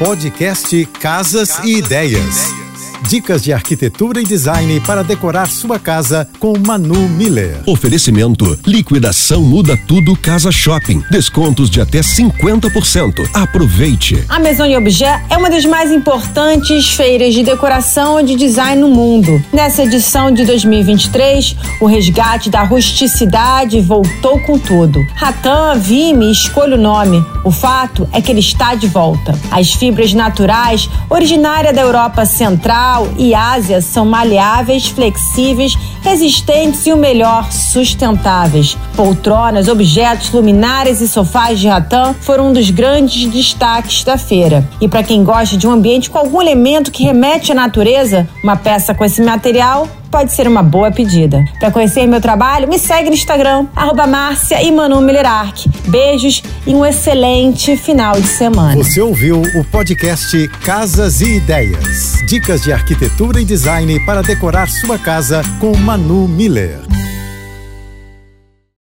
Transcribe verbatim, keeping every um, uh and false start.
Podcast Casas e Ideias. Dicas de arquitetura e design para decorar sua casa com Manu Miller. Oferecimento: liquidação muda tudo Casa Shopping. Descontos de até cinquenta por cento. Aproveite. A Maison Objet é uma das mais importantes feiras de decoração e de design no mundo. Nessa edição de dois mil e vinte e três, o resgate da rusticidade voltou com tudo. Rattan, Vimy, escolha o nome. O fato é que ele está de volta. As fibras naturais, originárias da Europa Central e Ásia, são maleáveis, flexíveis, resistentes e o melhor, sustentáveis. Poltronas, objetos, luminárias e sofás de Rattan foram um dos grandes destaques da feira. E para quem gosta de um ambiente com algum elemento que remete à natureza, uma peça com esse material pode ser uma boa pedida. Para conhecer meu trabalho, me segue no Instagram, arroba Márcia e Manu Miller Arch. Beijos e um excelente final de semana. Você ouviu o podcast Casas e Ideias. Dicas de arquitetura e design para decorar sua casa com Manu Miller.